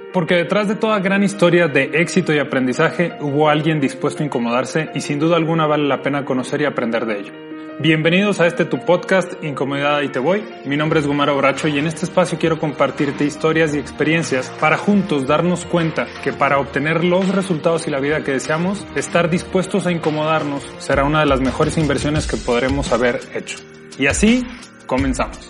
Porque detrás de toda gran historia de éxito y aprendizaje hubo alguien dispuesto a incomodarse y sin duda alguna vale la pena conocer y aprender de ello. Bienvenidos a tu podcast Incomodidad Ahí Te Voy. Mi nombre es Gumaro Bracho y en este espacio quiero compartirte historias y experiencias para juntos darnos cuenta que para obtener los resultados y la vida que deseamos, estar dispuestos a incomodarnos será una de las mejores inversiones que podremos haber hecho. Y así, comenzamos.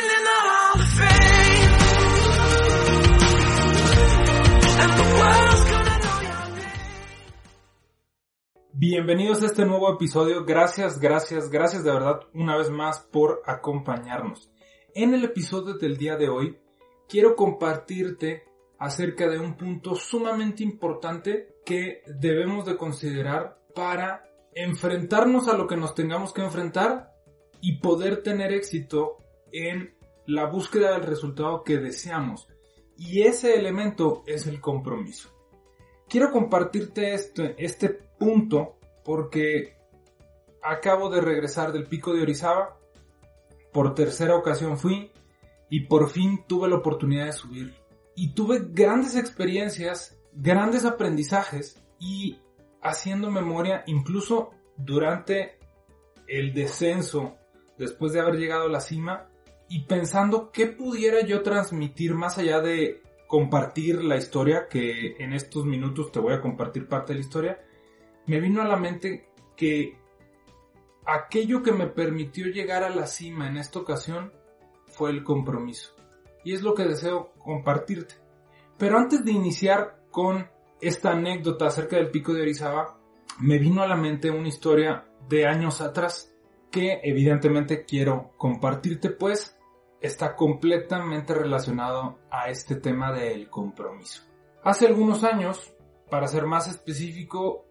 Bienvenidos a este nuevo episodio, gracias de verdad una vez más por acompañarnos. En el episodio del día de hoy quiero compartirte acerca de un punto sumamente importante que debemos de considerar para enfrentarnos a lo que nos tengamos que enfrentar y poder tener éxito en la búsqueda del resultado que deseamos. Y ese elemento es el compromiso. Quiero compartirte este punto porque acabo de regresar del Pico de Orizaba, por tercera ocasión fui y por fin tuve la oportunidad de subir. Y tuve grandes experiencias, grandes aprendizajes y haciendo memoria incluso durante el descenso, después de haber llegado a la cima y pensando qué pudiera yo transmitir más allá de compartir la historia, que en estos minutos te voy a compartir parte de la historia. Me vino a la mente que aquello que me permitió llegar a la cima en esta ocasión fue el compromiso. Y es lo que deseo compartirte. Pero antes de iniciar con esta anécdota acerca del Pico de Orizaba, me vino a la mente una historia de años atrás que evidentemente quiero compartirte, pues está completamente relacionado a este tema del compromiso. Hace algunos años, para ser más específico,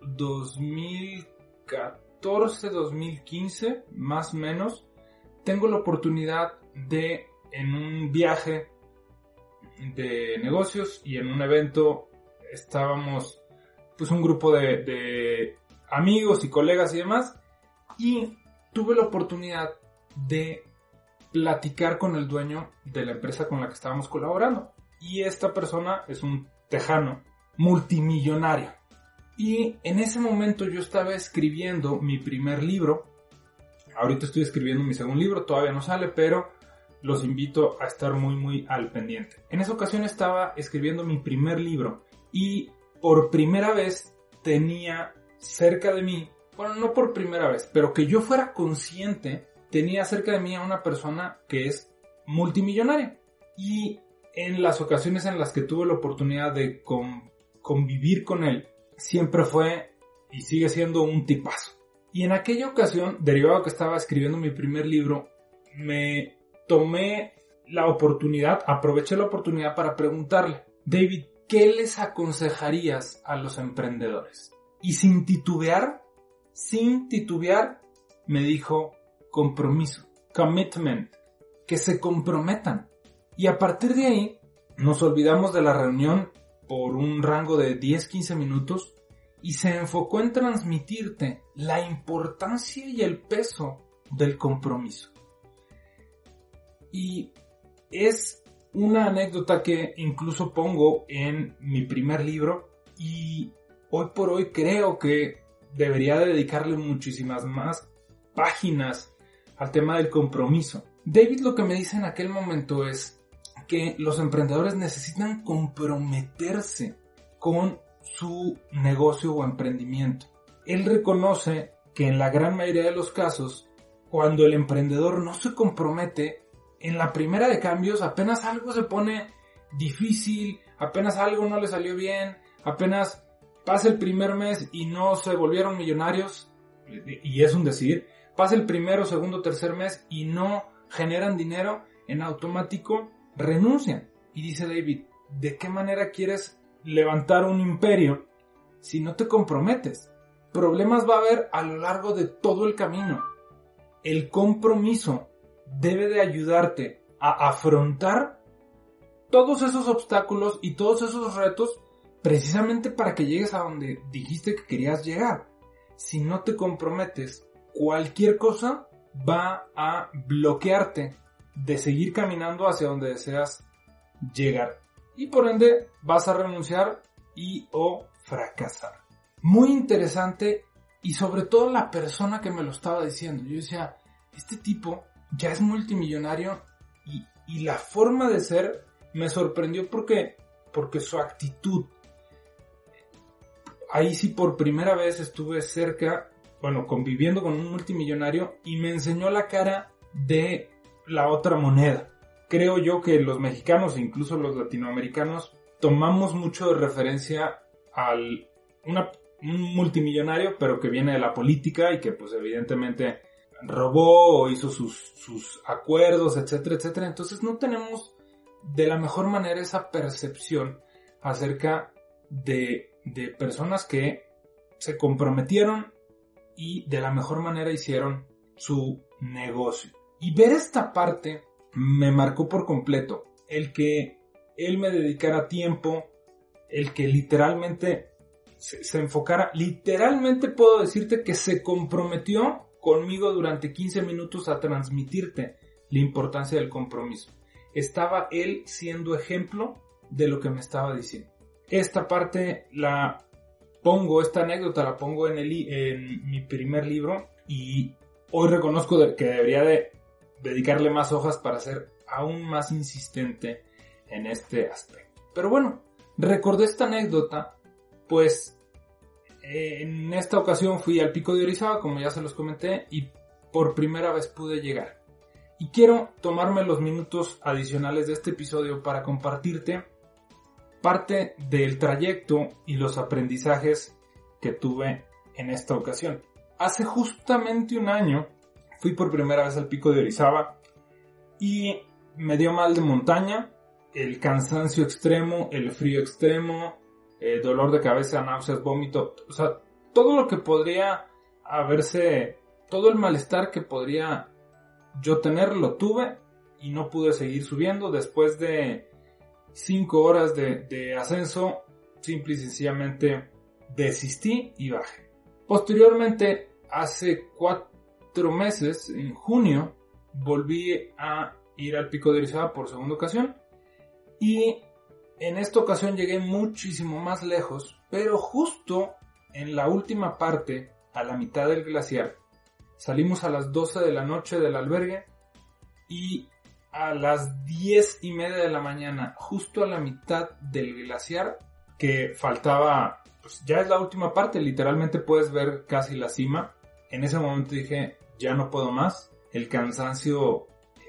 2014-2015, más o menos, tengo la oportunidad de, en un viaje de negocios y en un evento, estábamos pues un grupo de amigos y colegas y demás, y tuve la oportunidad de platicar con el dueño de la empresa con la que estábamos colaborando. Y esta persona es un tejano multimillonario. Y en ese momento yo estaba escribiendo mi primer libro. Ahorita estoy escribiendo mi segundo libro, todavía no sale, pero los invito a estar muy al pendiente. En esa ocasión estaba escribiendo mi primer libro y por primera vez tenía cerca de mí, bueno, no por primera vez, pero que yo fuera consciente, tenía cerca de mí a una persona que es multimillonaria. Y en las ocasiones en las que tuve la oportunidad de convivir con él, siempre fue y sigue siendo un tipazo. Y en aquella ocasión, derivado que estaba escribiendo mi primer libro, me tomé la oportunidad, aproveché la oportunidad para preguntarle: David, ¿qué les aconsejarías a los emprendedores? Y sin titubear, me dijo: compromiso, commitment, que se comprometan. Y a partir de ahí nos olvidamos de la reunión por un rango de 10-15 minutos y se enfocó en transmitirte la importancia y el peso del compromiso. Y es una anécdota que incluso pongo en mi primer libro y hoy por hoy creo que debería dedicarle muchísimas más páginas al tema del compromiso. David lo que me dice en aquel momento es que los emprendedores necesitan comprometerse con su negocio o emprendimiento. Él reconoce que en la gran mayoría de los casos, cuando el emprendedor no se compromete, en la primera de cambios apenas algo se pone difícil, apenas algo no le salió bien, apenas pasa el primer mes y no se volvieron millonarios, y es un decir, pasa el primero, segundo, tercer mes y no generan dinero, en automático renuncian. Y dice David: ¿de qué manera quieres levantar un imperio si no te comprometes? Problemas va a haber a lo largo de todo el camino. El compromiso debe de ayudarte a afrontar todos esos obstáculos y todos esos retos precisamente para que llegues a donde dijiste que querías llegar. Si no te comprometes, cualquier cosa va a bloquearte de seguir caminando hacia donde deseas llegar. y por ende vas a renunciar y o fracasar. Muy interesante, y sobre todo la persona que me lo estaba diciendo. Yo decía, este tipo ya es multimillonario y la forma de ser me sorprendió porque su actitud. Ahí sí por primera vez estuve cerca, conviviendo con un multimillonario y me enseñó la cara de la otra moneda. Creo yo que los mexicanos e incluso los latinoamericanos tomamos mucho de referencia al un multimillonario, pero que viene de la política y que pues evidentemente robó o hizo sus acuerdos, etcétera, etcétera. Entonces no tenemos de la mejor manera esa percepción acerca de personas que se comprometieron y de la mejor manera hicieron su negocio. Y ver esta parte me marcó por completo. El que él me dedicara tiempo, el que literalmente se enfocara, literalmente puedo decirte que se comprometió conmigo durante 15 minutos a transmitirte la importancia del compromiso. Estaba él siendo ejemplo de lo que me estaba diciendo. Esta parte esta anécdota la pongo en mi primer libro y hoy reconozco que debería de dedicarle más hojas para ser aún más insistente en este aspecto. Pero bueno, recordé esta anécdota, pues en esta ocasión fui al Pico de Orizaba, como ya se los comenté, y por primera vez pude llegar. Y quiero tomarme los minutos adicionales de este episodio para compartirte parte del trayecto y los aprendizajes que tuve en esta ocasión. Hace justamente un año fui por primera vez al Pico de Orizaba y me dio mal de montaña, el cansancio extremo, el frío extremo, dolor de cabeza, náuseas, vómito, o sea, todo lo que podría todo el malestar que podría yo tener lo tuve y no pude seguir subiendo. Después de 5 horas de ascenso, simple y sencillamente desistí y bajé. Posteriormente, hace 4 meses, en junio, volví a ir al Pico de Orizaba por segunda ocasión y en esta ocasión llegué muchísimo más lejos, pero justo en la última parte, a la mitad del glaciar, salimos a las 12 de la noche del albergue y a las 10:30 de la mañana, justo a la mitad del glaciar, que faltaba, pues ya es la última parte, literalmente puedes ver casi la cima. En ese momento dije, ya no puedo más, el cansancio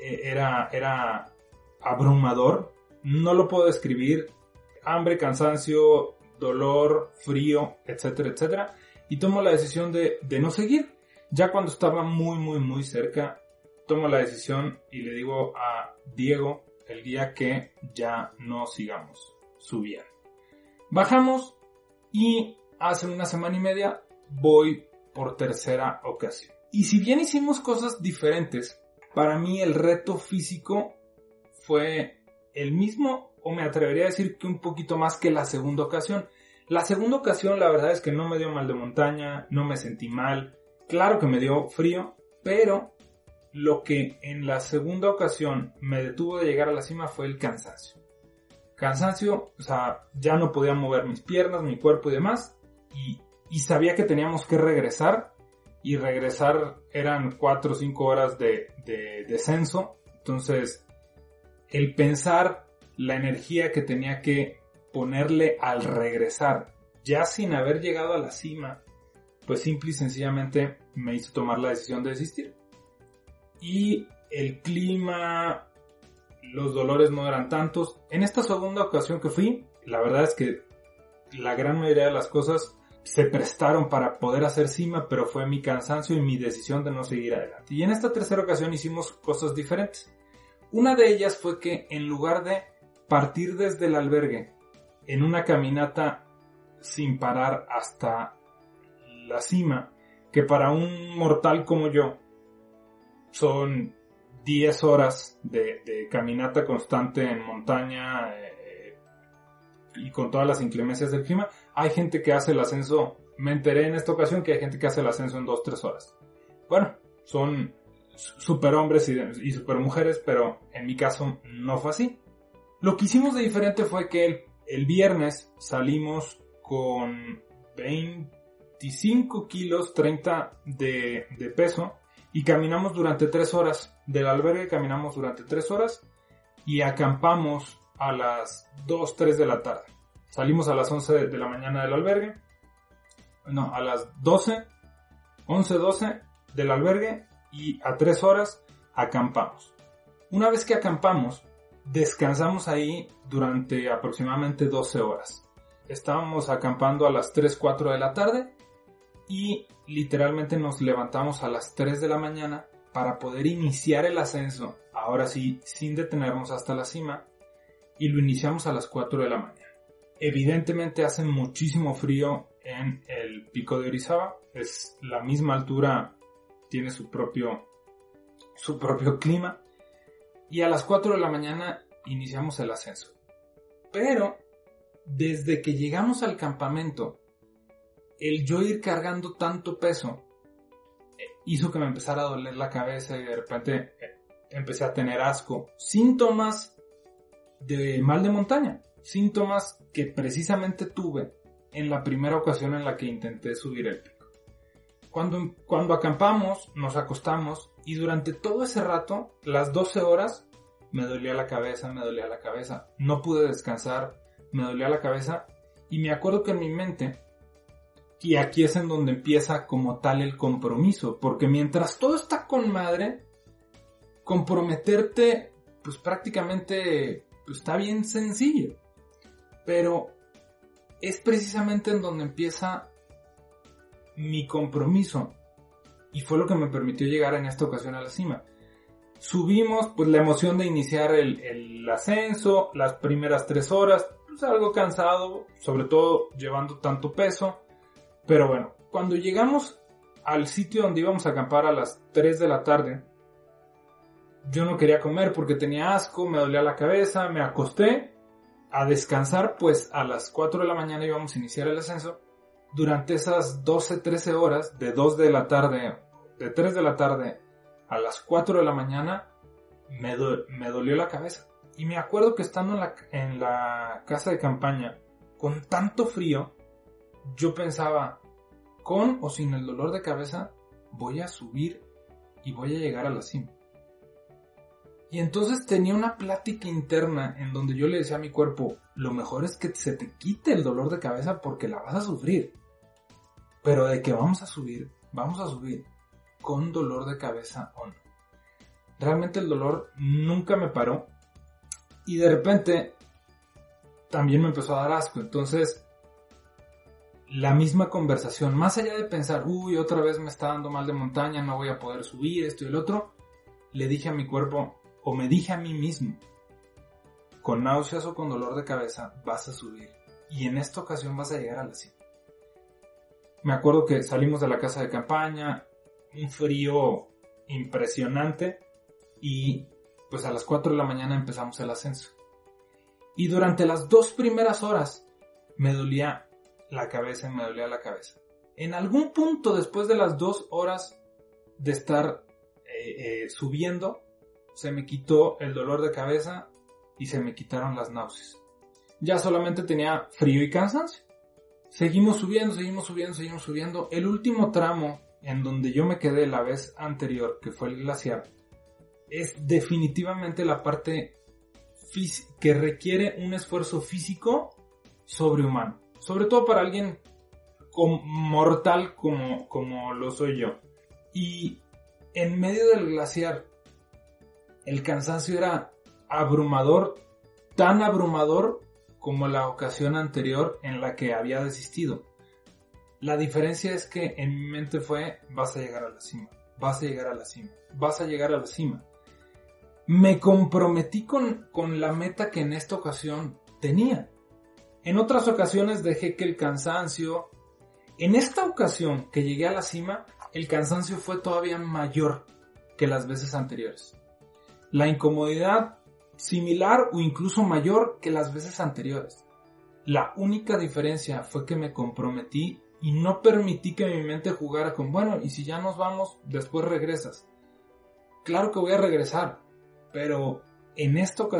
era abrumador, no lo puedo describir, hambre, cansancio, dolor, frío, etcétera, etcétera, y tomo la decisión de no seguir. Ya cuando estaba muy, muy, muy cerca, tomo la decisión y le digo a Diego, el guía, que ya no sigamos subiendo. Bajamos y hace una semana y media voy por tercera ocasión. Y si bien hicimos cosas diferentes, para mí el reto físico fue el mismo, o me atrevería a decir que un poquito más que la segunda ocasión. La segunda ocasión la verdad es que no me dio mal de montaña, no me sentí mal, claro que me dio frío, pero lo que en la segunda ocasión me detuvo de llegar a la cima fue el cansancio. Cansancio, o sea, ya no podía mover mis piernas, mi cuerpo y demás, y sabía que teníamos que regresar, y regresar eran 4 o 5 horas de descenso. Entonces, el pensar la energía que tenía que ponerle al regresar, ya sin haber llegado a la cima, pues simple y sencillamente me hizo tomar la decisión de desistir. Y el clima, los dolores no eran tantos. En esta segunda ocasión que fui, la verdad es que la gran mayoría de las cosas se prestaron para poder hacer cima, pero fue mi cansancio y mi decisión de no seguir adelante. Y en esta tercera ocasión hicimos cosas diferentes. Una de ellas fue que en lugar de partir desde el albergue en una caminata sin parar hasta la cima, que para un mortal como yo son 10 horas de caminata constante en montaña y con todas las inclemencias del clima, hay gente que hace el ascenso, me enteré en esta ocasión que hay gente que hace el ascenso en 2-3 horas. Bueno, son super hombres y super mujeres, pero en mi caso no fue así. Lo que hicimos de diferente fue que el viernes salimos con 25 kilos, 30 de peso, y caminamos durante 3 horas. Del albergue caminamos durante 3 horas y acampamos a las 2, 3 de la tarde. Salimos a las 11 de la mañana del albergue. No, a las 12, 11, 12 del albergue, y a 3 horas acampamos. Una vez que acampamos, descansamos ahí durante aproximadamente 12 horas. Estábamos acampando a las 3, 4 de la tarde y literalmente nos levantamos a las 3 de la mañana para poder iniciar el ascenso, ahora sí, sin detenernos hasta la cima, y lo iniciamos a las 4 de la mañana. Evidentemente hace muchísimo frío en el pico de Orizaba, es la misma altura, tiene su propio clima, y a las 4 de la mañana iniciamos el ascenso. Pero desde que llegamos al campamento, el yo ir cargando tanto peso hizo que me empezara a doler la cabeza y de repente empecé a tener asco. Síntomas de mal de montaña. Síntomas que precisamente tuve en la primera ocasión en la que intenté subir el pico. Cuando acampamos, nos acostamos y durante todo ese rato, las 12 horas, me dolía la cabeza. No pude descansar, me dolía la cabeza y me acuerdo que en mi mente, y aquí es en donde empieza como tal el compromiso, porque mientras todo está con madre, comprometerte pues prácticamente pues, está bien sencillo, pero es precisamente en donde empieza mi compromiso y fue lo que me permitió llegar en esta ocasión a la cima. Subimos, pues la emoción de iniciar el ascenso, las primeras 3 horas, pues algo cansado, sobre todo llevando tanto peso. Pero bueno, cuando llegamos al sitio donde íbamos a acampar a las 3 de la tarde, yo no quería comer porque tenía asco, me dolía la cabeza, me acosté a descansar, pues a las 4 de la mañana íbamos a iniciar el ascenso. Durante esas 12, 13 horas, de 2 de la tarde, de 3 de la tarde a las 4 de la mañana, me dolió la cabeza. Y me acuerdo que estando en la casa de campaña, con tanto frío, yo pensaba, con o sin el dolor de cabeza, voy a subir y voy a llegar a la cima. Y entonces tenía una plática interna en donde yo le decía a mi cuerpo, lo mejor es que se te quite el dolor de cabeza porque la vas a sufrir. Pero de que vamos a subir con dolor de cabeza o no. Realmente el dolor nunca me paró y de repente también me empezó a dar asco. Entonces la misma conversación, más allá de pensar, otra vez me está dando mal de montaña, no voy a poder subir, esto y el otro, le dije a mi cuerpo, o me dije a mí mismo, con náuseas o con dolor de cabeza, vas a subir. Y en esta ocasión vas a llegar a la cima. Me acuerdo que salimos de la casa de campaña, un frío impresionante, y pues a las 4 de la mañana empezamos el ascenso. Y durante las 2 primeras horas me dolía la cabeza. En algún punto después de las 2 horas de estar subiendo, se me quitó el dolor de cabeza y se me quitaron las náuseas. Ya solamente tenía frío y cansancio. Seguimos subiendo. El último tramo en donde yo me quedé la vez anterior, que fue el glaciar, es definitivamente la parte que requiere un esfuerzo físico sobrehumano. Sobre todo para alguien mortal como lo soy yo. Y en medio del glaciar, el cansancio era abrumador, tan abrumador como la ocasión anterior en la que había desistido. La diferencia es que en mi mente fue, vas a llegar a la cima. Me comprometí con la meta que en esta ocasión tenía. En otras ocasiones dejé que el cansancio... En esta ocasión que llegué a la cima, el cansancio fue todavía mayor que las veces anteriores. La incomodidad similar o incluso mayor que las veces anteriores. La única diferencia fue que me comprometí y no permití que mi mente jugara con, bueno, y si ya nos vamos, después regresas. Claro que voy a regresar, pero en esta ocasión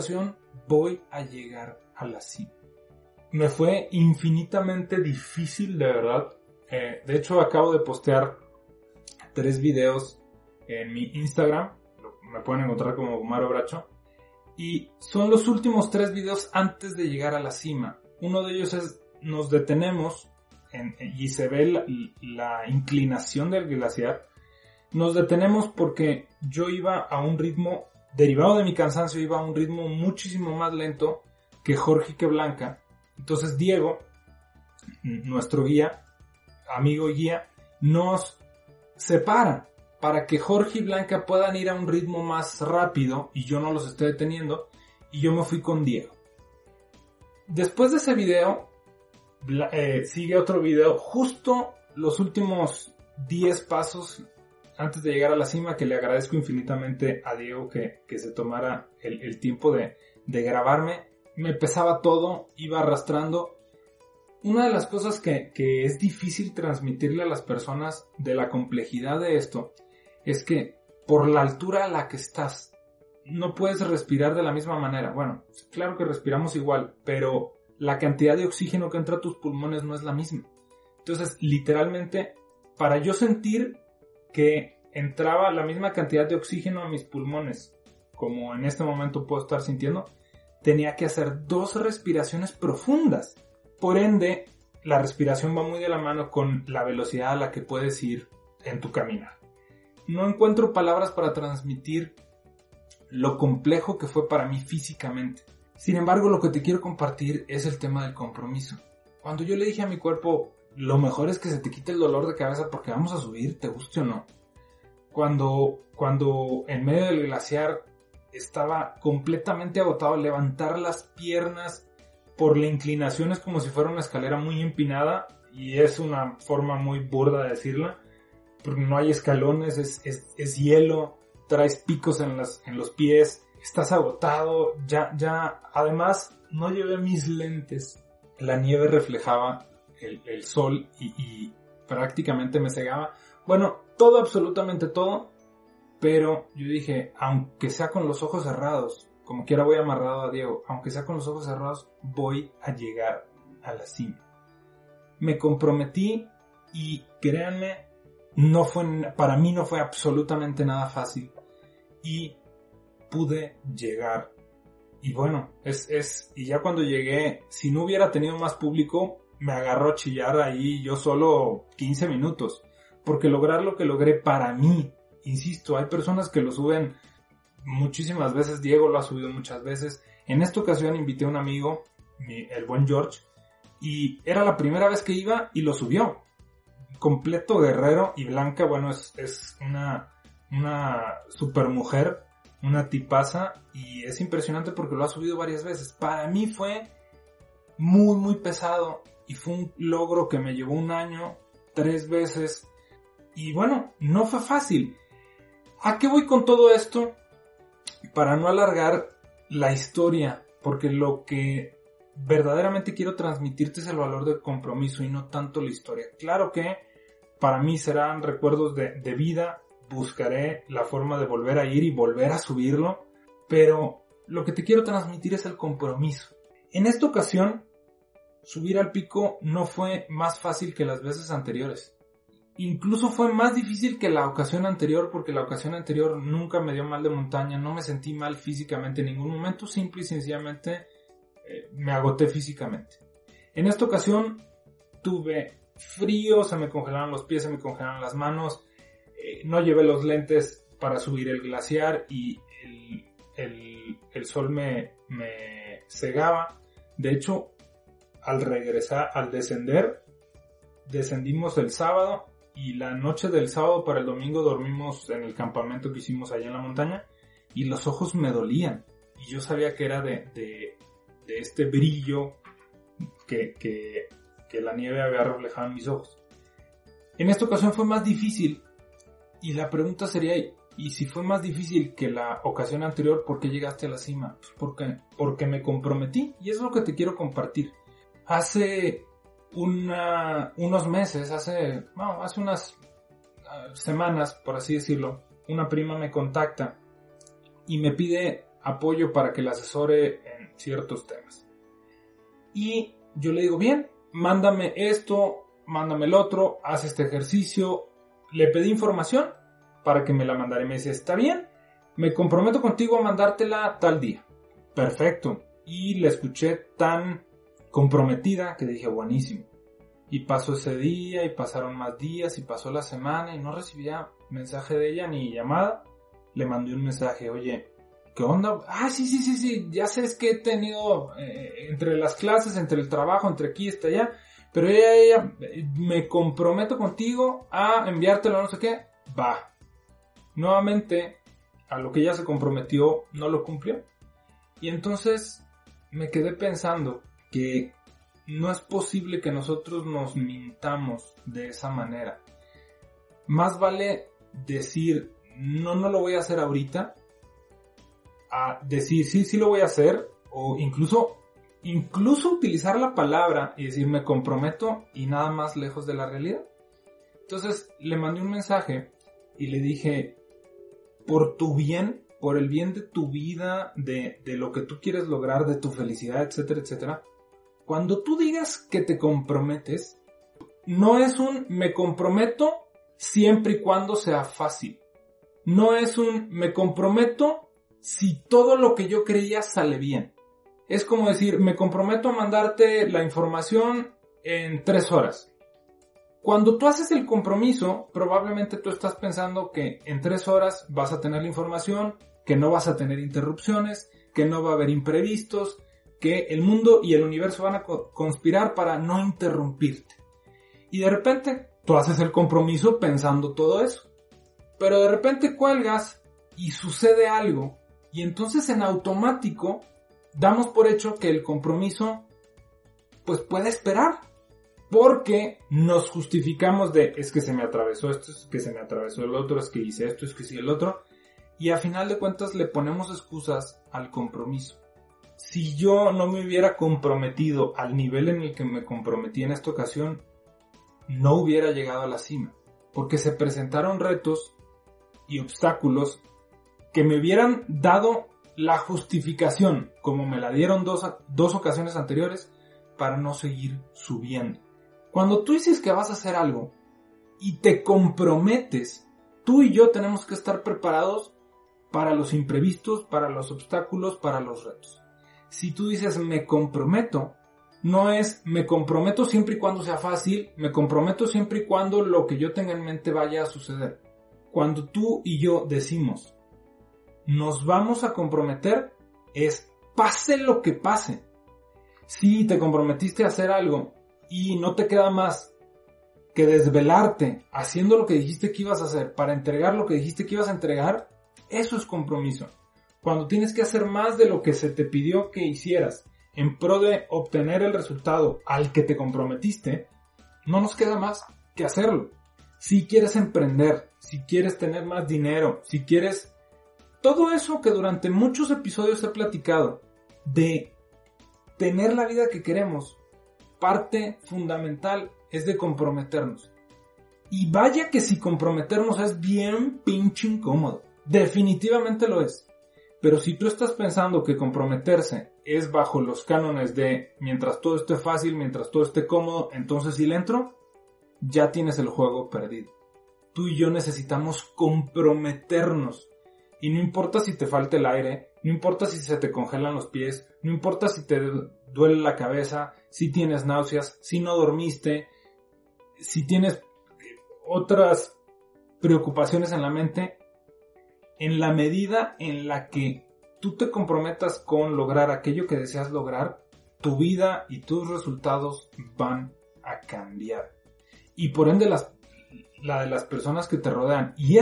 voy a llegar a la cima. Me fue infinitamente difícil, de verdad. De hecho, acabo de postear 3 videos en mi Instagram. Me pueden encontrar como Omar Bracho. Y son los últimos 3 videos antes de llegar a la cima. Uno de ellos es, nos detenemos y se ve la inclinación del glaciar. Nos detenemos porque yo iba a un ritmo, derivado de mi cansancio, iba a un ritmo muchísimo más lento que Jorge y que Blanca. Entonces Diego, nuestro guía, amigo y guía, nos separa para que Jorge y Blanca puedan ir a un ritmo más rápido y yo no los esté deteniendo, y yo me fui con Diego. Después de ese video, sigue otro video, justo los últimos 10 pasos antes de llegar a la cima, que le agradezco infinitamente a Diego que se tomara el tiempo de grabarme. Me pesaba todo, iba arrastrando. Una de las cosas que es difícil transmitirle a las personas de la complejidad de esto es que por la altura a la que estás no puedes respirar de la misma manera. Bueno, claro que respiramos igual, pero la cantidad de oxígeno que entra a tus pulmones no es la misma. Entonces, literalmente, para yo sentir que entraba la misma cantidad de oxígeno a mis pulmones como en este momento puedo estar sintiendo, tenía que hacer 2 respiraciones profundas. Por ende, la respiración va muy de la mano con la velocidad a la que puedes ir en tu caminar. No encuentro palabras para transmitir lo complejo que fue para mí físicamente. Sin embargo, lo que te quiero compartir es el tema del compromiso. Cuando yo le dije a mi cuerpo, lo mejor es que se te quite el dolor de cabeza porque vamos a subir, te guste o no. Cuando en medio del glaciar estaba completamente agotado, levantar las piernas por la inclinación es como si fuera una escalera muy empinada, y es una forma muy burda de decirla, porque no hay escalones, es hielo, traes picos en los pies, estás agotado, ya, además no llevé mis lentes, la nieve reflejaba el sol y prácticamente me cegaba, bueno, todo, absolutamente todo, pero yo dije, aunque sea con los ojos cerrados, como quiera voy amarrado a Diego, aunque sea con los ojos cerrados, voy a llegar a la cima. Me comprometí y créanme, para mí no fue absolutamente nada fácil y pude llegar. Y bueno, y ya cuando llegué, si no hubiera tenido más público, me agarró a chillar ahí yo solo 15 minutos, porque lograr lo que logré para mí, insisto, hay personas que lo suben muchísimas veces, Diego lo ha subido muchas veces. En esta ocasión invité a un amigo, el buen George, y era la primera vez que iba y lo subió. Completo guerrero, y Blanca, bueno, es una super mujer, una tipaza, y es impresionante porque lo ha subido varias veces. Para mí fue muy muy pesado y fue un logro que me llevó 1 año, 3 veces, y bueno, no fue fácil. ¿A qué voy con todo esto? Para no alargar la historia, porque lo que verdaderamente quiero transmitirte es el valor del compromiso y no tanto la historia. Claro que para mí serán recuerdos de vida, buscaré la forma de volver a ir y volver a subirlo, pero lo que te quiero transmitir es el compromiso. En esta ocasión, subir al pico no fue más fácil que las veces anteriores. Incluso fue más difícil que la ocasión anterior, porque la ocasión anterior nunca me dio mal de montaña, no me sentí mal físicamente en ningún momento, simple y sencillamente me agoté físicamente. En esta ocasión tuve frío, se me congelaron los pies, se me congelaron las manos, no llevé los lentes para subir el glaciar y el sol me cegaba. De hecho, al descendimos el sábado, y la noche del sábado para el domingo dormimos en el campamento que hicimos allá en la montaña, y los ojos me dolían, y yo sabía que era de este brillo que la nieve había reflejado en mis ojos. En esta ocasión fue más difícil, y la pregunta sería, ¿y si fue más difícil que la ocasión anterior, por qué llegaste a la cima? Pues porque me comprometí, y es lo que te quiero compartir. Hace unos meses, hace unas semanas, por así decirlo, una prima me contacta y me pide apoyo para que la asesore ciertos temas. Y yo le digo, bien, mándame esto, mándame el otro, haz este ejercicio. Le pedí información para que me la mandara y me dice, está bien, me comprometo contigo a mandártela tal día. Perfecto. Y la escuché tan comprometida que dije, buenísimo. Y pasó ese día y pasaron más días y pasó la semana y no recibía mensaje de ella ni llamada. Le mandé un mensaje, oye, ¿qué onda? Ah, sí, ya sé, es que he tenido entre las clases, entre el trabajo, entre aquí y hasta allá, pero ella, me comprometo contigo a enviártelo, no sé qué, va. Nuevamente, a lo que ella se comprometió, no lo cumplió. Y entonces me quedé pensando que no es posible que nosotros nos mintamos de esa manera. Más vale decir, no lo voy a hacer ahorita, a decir, sí lo voy a hacer, o incluso utilizar la palabra y decir, me comprometo, y nada más lejos de la realidad. Entonces le mandé un mensaje y le dije, por tu bien, por el bien de tu vida, de lo que tú quieres lograr, de tu felicidad, etcétera, etcétera, cuando tú digas que te comprometes, no es un me comprometo siempre y cuando sea fácil. No es un me comprometo si todo lo que yo creía sale bien. Es como decir, me comprometo a mandarte la información en 3 horas. Cuando tú haces el compromiso, probablemente tú estás pensando que en 3 horas vas a tener la información, que no vas a tener interrupciones, que no va a haber imprevistos, que el mundo y el universo van a conspirar para no interrumpirte. Y de repente, tú haces el compromiso pensando todo eso. Pero de repente cuelgas y sucede algo, y entonces en automático damos por hecho que el compromiso pues puede esperar. Porque nos justificamos de, es que se me atravesó esto, es que se me atravesó el otro, es que hice esto, es que sí el otro. Y a final de cuentas le ponemos excusas al compromiso. Si yo no me hubiera comprometido al nivel en el que me comprometí en esta ocasión, no hubiera llegado a la cima. Porque se presentaron retos y obstáculos que me hubieran dado la justificación, como me la dieron dos ocasiones anteriores, para no seguir subiendo. Cuando tú dices que vas a hacer algo y te comprometes, tú y yo tenemos que estar preparados para los imprevistos, para los obstáculos, para los retos. Si tú dices me comprometo, no es me comprometo siempre y cuando sea fácil, me comprometo siempre y cuando lo que yo tenga en mente vaya a suceder. Cuando tú y yo decimos nos vamos a comprometer, es pase lo que pase. Si te comprometiste a hacer algo y no te queda más que desvelarte haciendo lo que dijiste que ibas a hacer para entregar lo que dijiste que ibas a entregar, eso es compromiso. Cuando tienes que hacer más de lo que se te pidió que hicieras en pro de obtener el resultado al que te comprometiste, no nos queda más que hacerlo. Si quieres emprender, si quieres tener más dinero, si quieres todo eso que durante muchos episodios he platicado de tener la vida que queremos, parte fundamental es de comprometernos. Y vaya que si comprometernos es bien pinche incómodo. Definitivamente lo es. Pero si tú estás pensando que comprometerse es bajo los cánones de mientras todo esté fácil, mientras todo esté cómodo, entonces sí le entro, ya tienes el juego perdido. Tú y yo necesitamos comprometernos. Y no importa si te falta el aire, no importa si se te congelan los pies, no importa si te duele la cabeza, si tienes náuseas, si no dormiste, si tienes otras preocupaciones en la mente, en la medida en la que tú te comprometas con lograr aquello que deseas lograr, tu vida y tus resultados van a cambiar. Y por ende la de las personas que te rodean. Y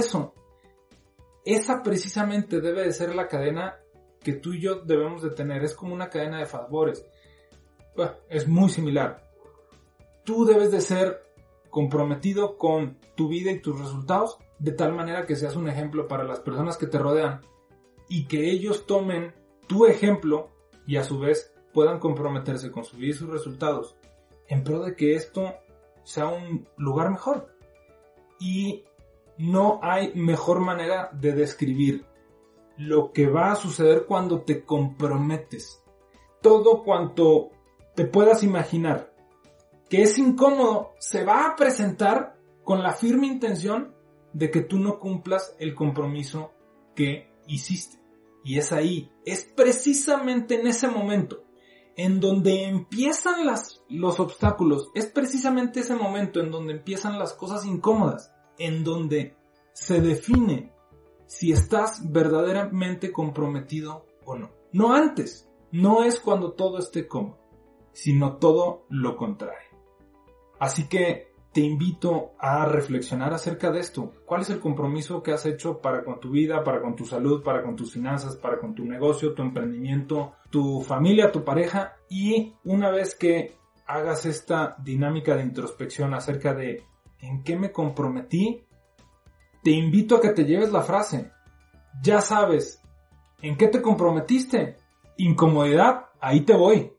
esa precisamente debe de ser la cadena que tú y yo debemos de tener. Es como una cadena de favores. Bueno, es muy similar. Tú debes de ser comprometido con tu vida y tus resultados de tal manera que seas un ejemplo para las personas que te rodean y que ellos tomen tu ejemplo y a su vez puedan comprometerse con su vida y sus resultados en pro de que esto sea un lugar mejor. Y no hay mejor manera de describir lo que va a suceder cuando te comprometes. todo cuanto te puedas imaginar que es incómodo se va a presentar con la firme intención de que tú no cumplas el compromiso que hiciste. Y es ahí, es precisamente en ese momento en donde empiezan los obstáculos, es precisamente ese momento en donde empiezan las cosas incómodas, en donde se define si estás verdaderamente comprometido o no. No antes, no es cuando todo esté cómodo, sino todo lo contrario. Así que te invito a reflexionar acerca de esto. ¿Cuál es el compromiso que has hecho para con tu vida, para con tu salud, para con tus finanzas, para con tu negocio, tu emprendimiento, tu familia, tu pareja? Y una vez que hagas esta dinámica de introspección acerca de ¿en qué me comprometí? Te invito a que te lleves la frase. Ya sabes, ¿en qué te comprometiste? Incomodidad, ahí te voy.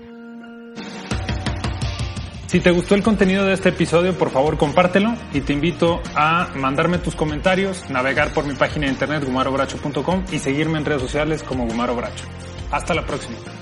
Si te gustó el contenido de este episodio, por favor compártelo y te invito a mandarme tus comentarios, navegar por mi página de internet gumarobracho.com y seguirme en redes sociales como Gumaro Bracho. Hasta la próxima.